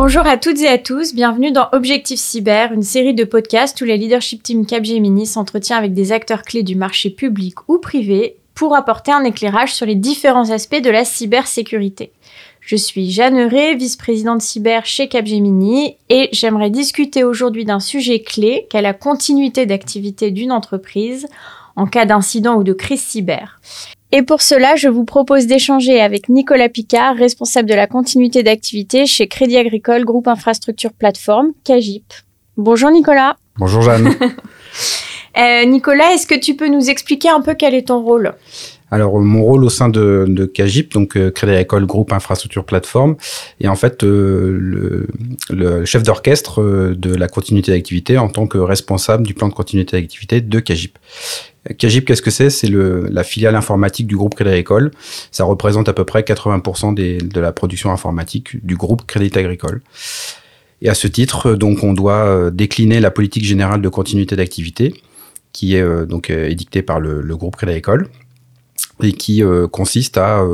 Bonjour à toutes et à tous, bienvenue dans Objectif Cyber, une série de podcasts où la leadership team Capgemini s'entretient avec des acteurs clés du marché public ou privé pour apporter un éclairage sur les différents aspects de la cybersécurité. Je suis Jeanne Heuret, vice-présidente cyber chez Capgemini et j'aimerais discuter aujourd'hui d'un sujet clé qu'est la continuité d'activité d'une entreprise en cas d'incident ou de crise cyber. Et pour cela, je vous propose d'échanger avec Nicolas Picard, responsable de la continuité d'activité chez Crédit Agricole Groupe Infrastructure Plateforme, CAGIP. Bonjour Nicolas. Bonjour Jeanne. Nicolas, est-ce que tu peux nous expliquer un peu quel est ton rôle ? Alors, mon rôle au sein de CAGIP, donc Crédit Agricole Groupe Infrastructure Plateforme, est en fait le chef d'orchestre de la continuité d'activité en tant que responsable du plan de continuité d'activité de CAGIP. CAGIP, qu'est-ce que c'est ? C'est la filiale informatique du groupe Crédit Agricole. Ça représente à peu près 80% de la production informatique du groupe Crédit Agricole. Et à ce titre, donc, on doit décliner la politique générale de continuité d'activité qui est donc édictée par le groupe Crédit Agricole et qui consiste à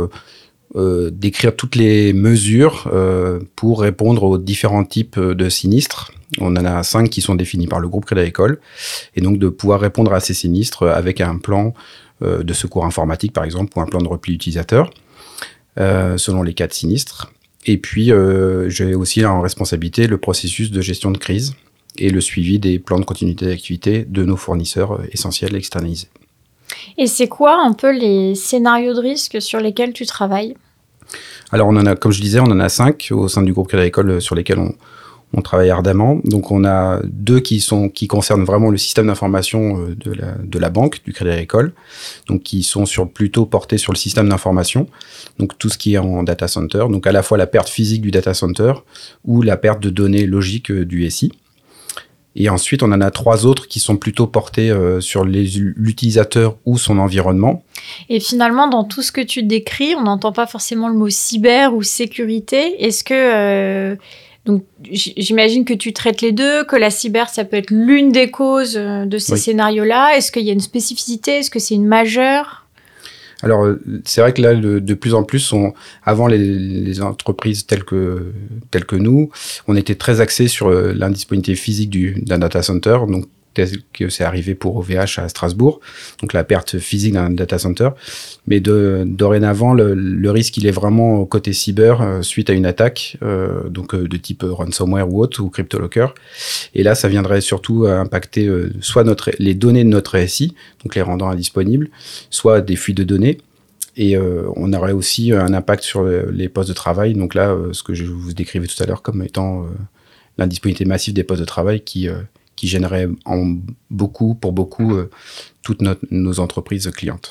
décrire toutes les mesures pour répondre aux différents types de sinistres. On en a 5 qui sont définis par le groupe Crédit Agricole, et donc de pouvoir répondre à ces sinistres avec un plan de secours informatique, par exemple, ou un plan de repli utilisateur, selon les cas de sinistres. Et puis, j'ai aussi en responsabilité le processus de gestion de crise et le suivi des plans de continuité d'activité de nos fournisseurs essentiels externalisés. Et c'est quoi un peu les scénarios de risque sur lesquels tu travailles ? Alors, comme je disais, on en a 5 au sein du groupe Crédit Agricole sur lesquels on travaille ardemment. Donc, on a 2 qui concernent vraiment le système d'information de la banque, du Crédit Agricole, donc qui sont plutôt portés sur le système d'information, donc tout ce qui est en data center, donc à la fois la perte physique du data center ou la perte de données logiques du SI. Et ensuite, on en a 3 autres qui sont plutôt portés sur l'utilisateur ou son environnement. Et finalement, dans tout ce que tu décris, on n'entend pas forcément le mot cyber ou sécurité. Est-ce que... donc, j'imagine que tu traites les deux, que la cyber, ça peut être l'une des causes de ces scénarios-là. Est-ce qu'il y a une spécificité ? Est-ce que c'est une majeure ? Alors, c'est vrai que là, de plus en plus, avant les entreprises telles que nous, on était très axé sur l'indisponibilité physique d'un data center, donc tel que c'est arrivé pour OVH à Strasbourg, donc la perte physique d'un data center. Mais dorénavant, le risque, il est vraiment côté cyber suite à une attaque, donc de type ransomware ou autre, ou CryptoLocker. Et là, ça viendrait surtout impacter soit les données de notre SI, donc les rendant indisponibles, soit des fuites de données. Et on aurait aussi un impact sur les postes de travail. Donc là, ce que je vous décrivais tout à l'heure comme étant l'indisponibilité massive des postes de travail qui gênerait pour beaucoup toutes nos entreprises clientes.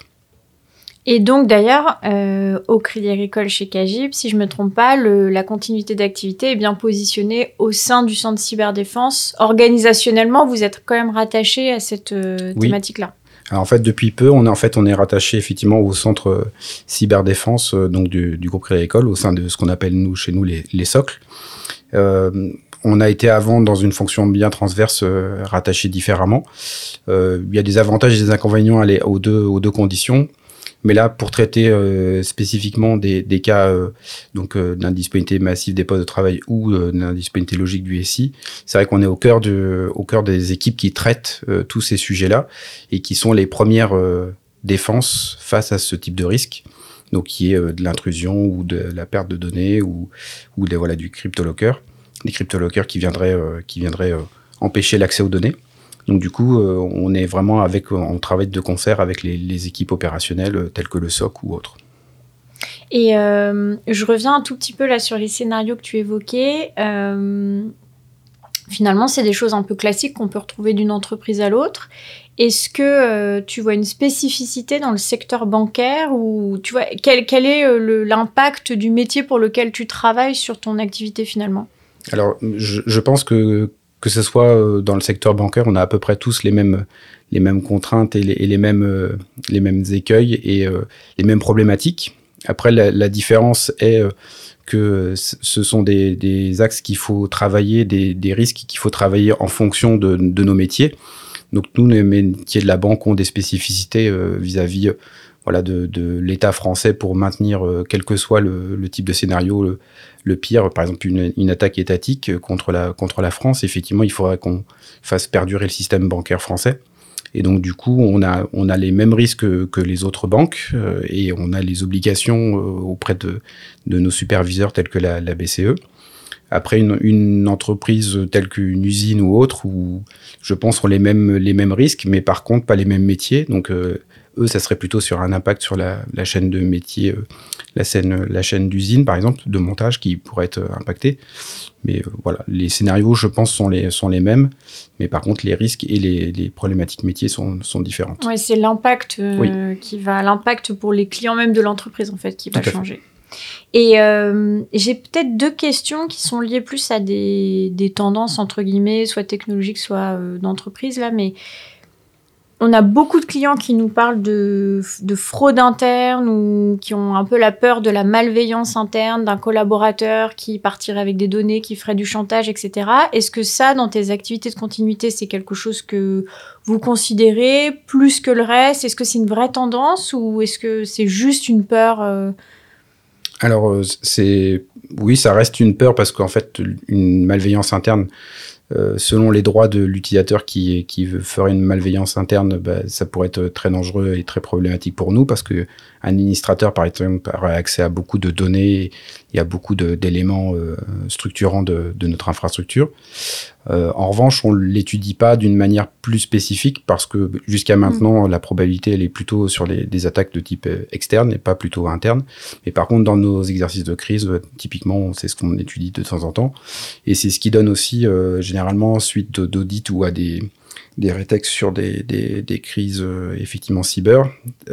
Et donc d'ailleurs, au Crédit Agricole chez CAGIP, si je ne me trompe pas, la continuité d'activité est bien positionnée au sein du centre cyberdéfense. Organisationnellement, vous êtes quand même rattaché à cette thématique-là. Alors en fait, depuis peu, on est rattaché effectivement au centre cyberdéfense donc du groupe Crédit Agricole, au sein de ce qu'on appelle chez nous les socles. On a été avant dans une fonction bien transverse, rattachée différemment. Il y a des avantages et des inconvénients aux deux conditions. Mais là, pour traiter spécifiquement des cas d'indisponibilité massive des postes de travail ou d'indisponibilité logique du SI, c'est vrai qu'on est au cœur des équipes qui traitent tous ces sujets-là et qui sont les premières défenses face à ce type de risque, donc qui est de l'intrusion ou de la perte de données ou du CryptoLocker, des CryptoLockers qui viendraient empêcher l'accès aux données. Donc du coup, on travaille de concert avec les équipes opérationnelles telles que le SOC ou autres. Et je reviens un tout petit peu là sur les scénarios que tu évoquais. Finalement, c'est des choses un peu classiques qu'on peut retrouver d'une entreprise à l'autre. Est-ce que tu vois une spécificité dans le secteur bancaire ou tu vois quel est l'impact du métier pour lequel tu travailles sur ton activité finalement ? Alors, je pense que ce soit dans le secteur bancaire, on a à peu près tous les mêmes contraintes et les mêmes écueils et les mêmes problématiques. Après, la différence est que ce sont des axes qu'il faut travailler, des risques qu'il faut travailler en fonction de nos métiers. Donc nous, les métiers de la banque ont des spécificités vis-à-vis de l'État français pour maintenir, quel que soit le type de scénario, le pire, par exemple une attaque étatique contre la France, effectivement, il faudrait qu'on fasse perdurer le système bancaire français. Et donc, du coup, on a les mêmes risques que les autres banques et on a les obligations auprès de nos superviseurs tels que la BCE. Après, une entreprise telle qu'une usine ou autre, où je pense ont les mêmes risques, mais par contre, pas les mêmes métiers. Donc, eux, ça serait plutôt sur un impact sur la chaîne de métier, la chaîne d'usine, par exemple, de montage qui pourrait être impactée. Mais voilà, les scénarios, je pense, sont les mêmes. Mais par contre, les risques et les problématiques métiers sont différentes. Ouais, c'est l'impact l'impact pour les clients même de l'entreprise, en fait, qui va changer. Et j'ai peut-être 2 questions qui sont liées plus à des tendances, entre guillemets, soit technologiques, soit d'entreprise, là, mais on a beaucoup de clients qui nous parlent de fraude interne ou qui ont un peu la peur de la malveillance interne d'un collaborateur qui partirait avec des données, qui ferait du chantage, etc. Est-ce que ça, dans tes activités de continuité, c'est quelque chose que vous considérez plus que le reste? Est-ce que c'est une vraie tendance ou est-ce que c'est juste une peur Alors, oui, ça reste une peur parce qu'en fait, une malveillance interne, selon les droits de l'utilisateur qui ferait une malveillance interne, ça pourrait être très dangereux et très problématique pour nous parce que un administrateur, par exemple, aurait accès à beaucoup de données et à beaucoup d'éléments structurants de notre infrastructure. En revanche, on l'étudie pas d'une manière plus spécifique parce que jusqu'à maintenant, la probabilité elle est plutôt sur des attaques de type externe et pas plutôt interne. Mais par contre, dans nos exercices de crise, typiquement, c'est ce qu'on étudie de temps en temps. Et c'est ce qui donne aussi, généralement, suite d'audits ou à des rétextes sur des crises effectivement cyber,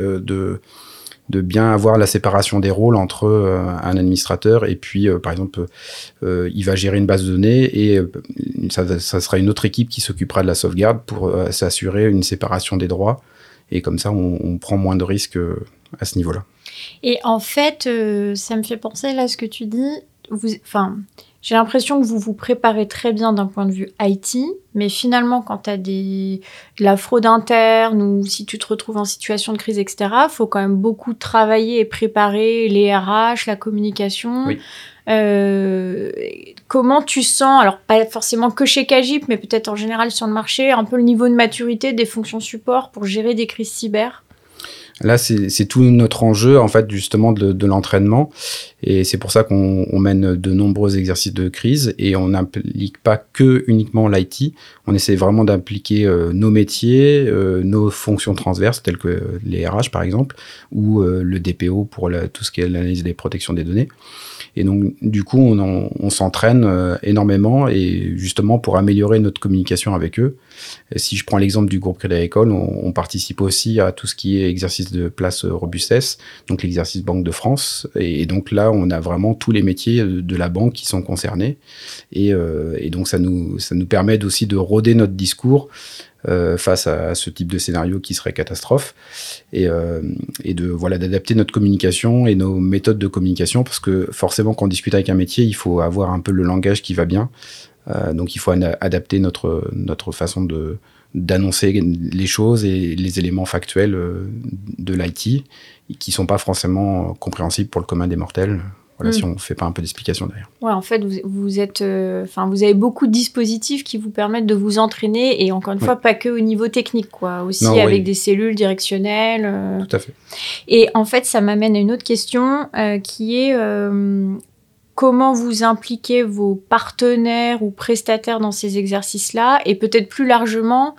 de bien avoir la séparation des rôles entre un administrateur et puis, par exemple, il va gérer une base de données et ça sera une autre équipe qui s'occupera de la sauvegarde pour s'assurer une séparation des droits. Et comme ça, on prend moins de risques à ce niveau-là. Et en fait, ça me fait penser là à ce que tu dis. J'ai l'impression que vous vous préparez très bien d'un point de vue IT, mais finalement, quand tu as de la fraude interne ou si tu te retrouves en situation de crise, etc., il faut quand même beaucoup travailler et préparer les RH, la communication. Oui. Comment tu sens, alors pas forcément que chez Cagip, mais peut-être en général sur le marché, un peu le niveau de maturité des fonctions support pour gérer des crises cyber? Là, c'est tout notre enjeu, en fait, justement, de l'entraînement. Et c'est pour ça qu'on mène de nombreux exercices de crise et on n'implique pas que uniquement l'IT. On essaie vraiment d'impliquer nos métiers, nos fonctions transverses, telles que les RH, par exemple, ou le DPO pour tout ce qui est l'analyse des protections des données. Et donc, du coup, on s'entraîne énormément et justement pour améliorer notre communication avec eux. Et si je prends l'exemple du groupe Crédit Agricole, on participe aussi à tout ce qui est exercice de place robustesse, donc l'exercice Banque de France. Et donc là, on a vraiment tous les métiers de la banque qui sont concernés. Et donc, ça nous permet aussi de roder notre discours face à ce type de scénario qui serait catastrophe et d'adapter notre communication et nos méthodes de communication parce que forcément quand on discute avec un métier il faut avoir un peu le langage qui va bien donc il faut adapter notre façon d'annoncer les choses et les éléments factuels de l'IT qui sont pas forcément compréhensibles pour le commun des mortels. Voilà, si on ne fait pas un peu d'explication derrière. Ouais, en fait, vous avez beaucoup de dispositifs qui vous permettent de vous entraîner et encore une fois, pas que au niveau technique, quoi. Aussi avec des cellules directionnelles. Tout à fait. Et en fait, ça m'amène à une autre question qui est comment vous impliquez vos partenaires ou prestataires dans ces exercices-là et peut-être plus largement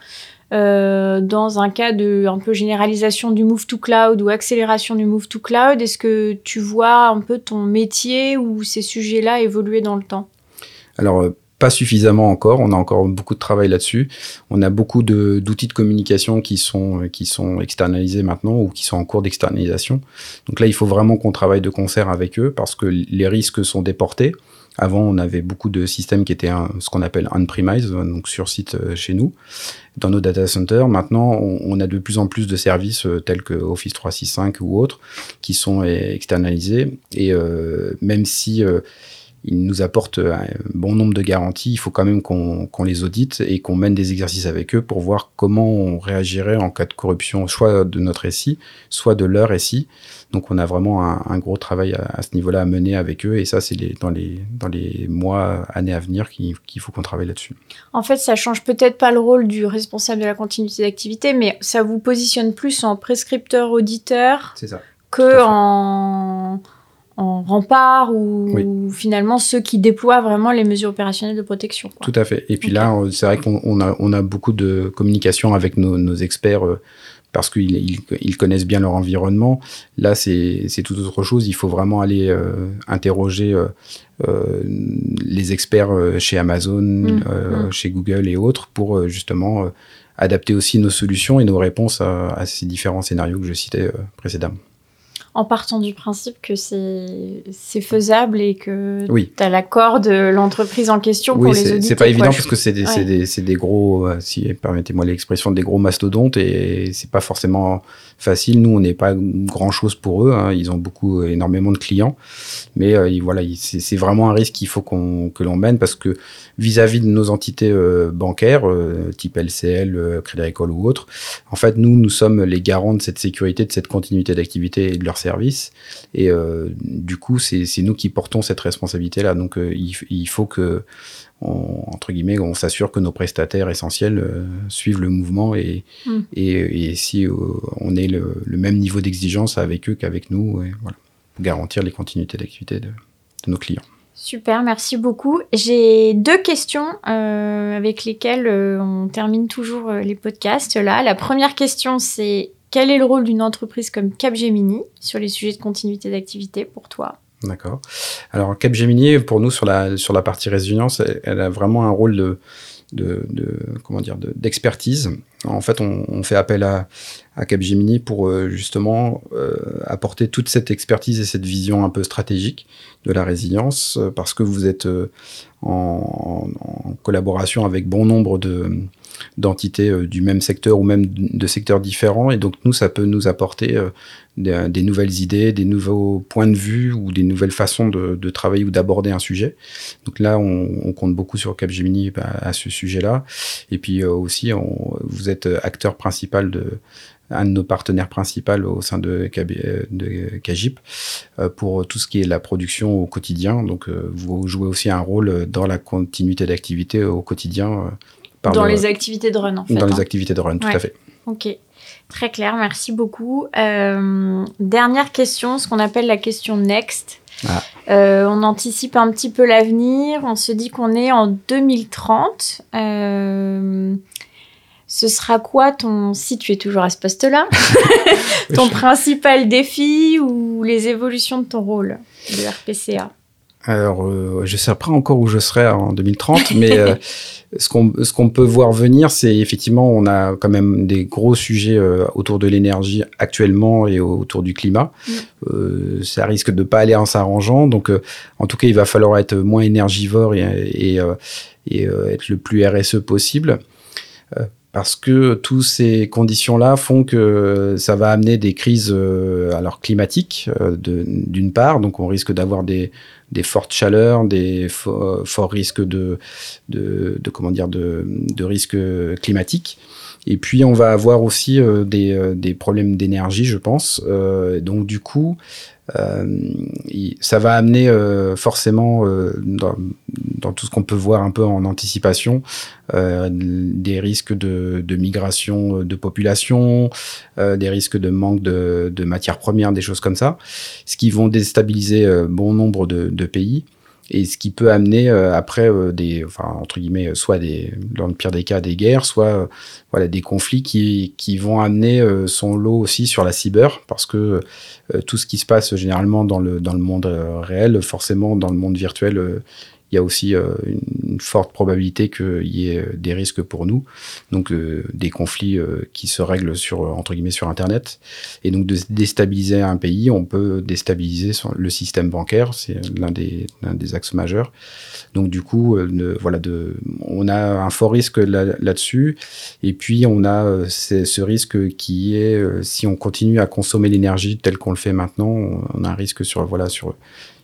dans un cas de un peu généralisation du move to cloud ou accélération du move to cloud, est-ce que tu vois un peu ton métier ou ces sujets-là évoluer dans le temps? Alors, pas suffisamment encore. On a encore beaucoup de travail là-dessus. On a beaucoup d'outils de communication qui sont externalisés maintenant ou qui sont en cours d'externalisation. Donc là, il faut vraiment qu'on travaille de concert avec eux parce que les risques sont déportés. Avant, on avait beaucoup de systèmes qui étaient ce qu'on appelle on-premise, donc sur site chez nous, dans nos data centers. Maintenant, on a de plus en plus de services tels que Office 365 ou autres qui sont externalisés. Et même si ils nous apportent un bon nombre de garanties. Il faut quand même qu'on les audite et qu'on mène des exercices avec eux pour voir comment on réagirait en cas de corruption, soit de notre SI, soit de leur SI. Donc, on a vraiment un gros travail à ce niveau-là à mener avec eux. Et ça, c'est dans les mois, années à venir qu'il faut qu'on travaille là-dessus. En fait, ça change peut-être pas le rôle du responsable de la continuité d'activité, mais ça vous positionne plus en prescripteur-auditeur que en rempart ou finalement ceux qui déploient vraiment les mesures opérationnelles de protection. Tout à fait. Et puis là, c'est vrai qu'on a beaucoup de communication avec nos experts parce qu'ils connaissent bien leur environnement. Là, c'est tout autre chose. Il faut vraiment aller interroger les experts chez Amazon, chez Google et autres pour justement adapter aussi nos solutions et nos réponses à ces différents scénarios que je citais précédemment. En partant du principe que c'est faisable et que tu as l'accord de l'entreprise en question pour les auditer. C'est pas évident parce que c'est des gros, si permettez-moi l'expression, des gros mastodontes et c'est pas forcément facile. Nous, on n'est pas grand-chose pour eux. Hein. Ils ont énormément de clients. Mais voilà, c'est vraiment un risque qu'il faut que l'on mène parce que vis-à-vis de nos entités bancaires, type LCL, Crédit Agricole ou autres, en fait, nous sommes les garants de cette sécurité, de cette continuité d'activité et de leur service. Et du coup, c'est nous qui portons cette responsabilité-là. Donc, il faut que, entre guillemets, on s'assure que nos prestataires essentiels suivent le mouvement et si on ait le même niveau d'exigence avec eux qu'avec nous, et voilà, pour garantir les continuités d'activité de nos clients. Super, merci beaucoup. J'ai 2 questions avec lesquelles on termine toujours les podcasts. Là, la première question, c'est quel est le rôle d'une entreprise comme Capgemini sur les sujets de continuité d'activité pour toi ? D'accord. Alors Capgemini, pour nous, sur la partie résilience, elle a vraiment un rôle d'expertise. En fait, on fait appel à Capgemini pour justement apporter toute cette expertise et cette vision un peu stratégique de la résilience, parce que vous êtes en collaboration avec bon nombre d'entités du même secteur ou même de secteurs différents. Et donc, nous, ça peut nous apporter des nouvelles idées, des nouveaux points de vue ou des nouvelles façons de travailler ou d'aborder un sujet. Donc là, on compte beaucoup sur Capgemini à ce sujet-là. Et puis aussi, vous êtes acteur principal un de nos partenaires principaux au sein de Cagip pour tout ce qui est la production au quotidien. Donc, vous jouez aussi un rôle dans la continuité d'activité au quotidien. Dans les activités de run, en fait. Dans les activités de run, tout à fait. Ok, très clair, merci beaucoup. Dernière question, ce qu'on appelle la question Next. On anticipe un petit peu l'avenir, on se dit qu'on est en 2030. Ce sera quoi si tu es toujours à ce poste-là, ton principal défi ou les évolutions de ton rôle de RPCA ? Alors, je ne sais pas encore où je serai en 2030, mais ce qu'on peut voir venir, c'est effectivement, on a quand même des gros sujets autour de l'énergie actuellement et autour du climat. Ça risque de ne pas aller en s'arrangeant. Donc, en tout cas, il va falloir être moins énergivore et être le plus RSE possible. Parce que toutes ces conditions-là font que ça va amener des crises climatiques, d'une part. Donc, on risque d'avoir des fortes chaleurs, des forts risques de risques climatiques. Et puis, on va avoir aussi des problèmes d'énergie, je pense. Donc, du coup, ça va amener forcément dans tout ce qu'on peut voir un peu en anticipation des risques de migration de population, des risques de manque de matières premières, des choses comme ça, ce qui vont déstabiliser bon nombre de pays. Et ce qui peut amener après entre guillemets, soit dans le pire des cas, des guerres, soit des conflits qui vont amener son lot aussi sur la cyber, parce que tout ce qui se passe généralement dans le monde réel, forcément dans le monde virtuel, il y a aussi une forte probabilité qu'il y ait des risques pour nous, donc des conflits qui se règlent entre guillemets sur Internet. Et donc de déstabiliser un pays, on peut déstabiliser le système bancaire, c'est l'un des axes majeurs. Donc du coup, on a un fort risque là-dessus. Et puis on a ce risque qui est, si on continue à consommer l'énergie telle qu'on le fait maintenant, on a un risque sur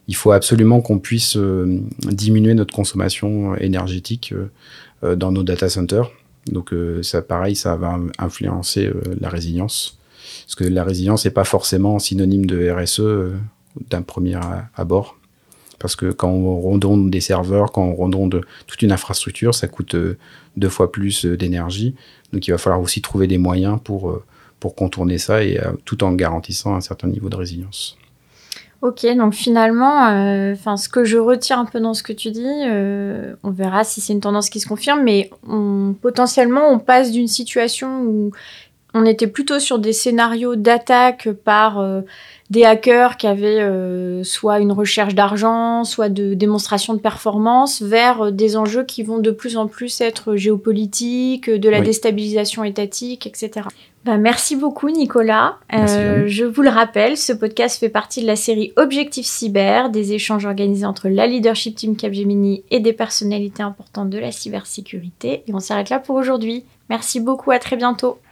il faut absolument qu'on puisse diminuer notre consommation énergétique dans nos data centers. Donc ça, pareil, ça va influencer la résilience. Parce que la résilience n'est pas forcément synonyme de RSE d'un premier abord. Parce que quand on redonde des serveurs, quand on redonde toute une infrastructure, ça coûte 2 fois plus d'énergie. Donc il va falloir aussi trouver des moyens pour contourner ça, et tout en garantissant un certain niveau de résilience. Ok, donc finalement, ce que je retiens un peu dans ce que tu dis, on verra si c'est une tendance qui se confirme, mais potentiellement, on passe d'une situation où on était plutôt sur des scénarios d'attaque par des hackers qui avaient soit une recherche d'argent, soit de démonstration de performance, vers des enjeux qui vont de plus en plus être géopolitiques, de la déstabilisation étatique, etc. Merci beaucoup, Nicolas. Je vous le rappelle, ce podcast fait partie de la série Objectif Cyber, des échanges organisés entre la Leadership Team Capgemini et des personnalités importantes de la cybersécurité. Et on s'arrête là pour aujourd'hui. Merci beaucoup, à très bientôt.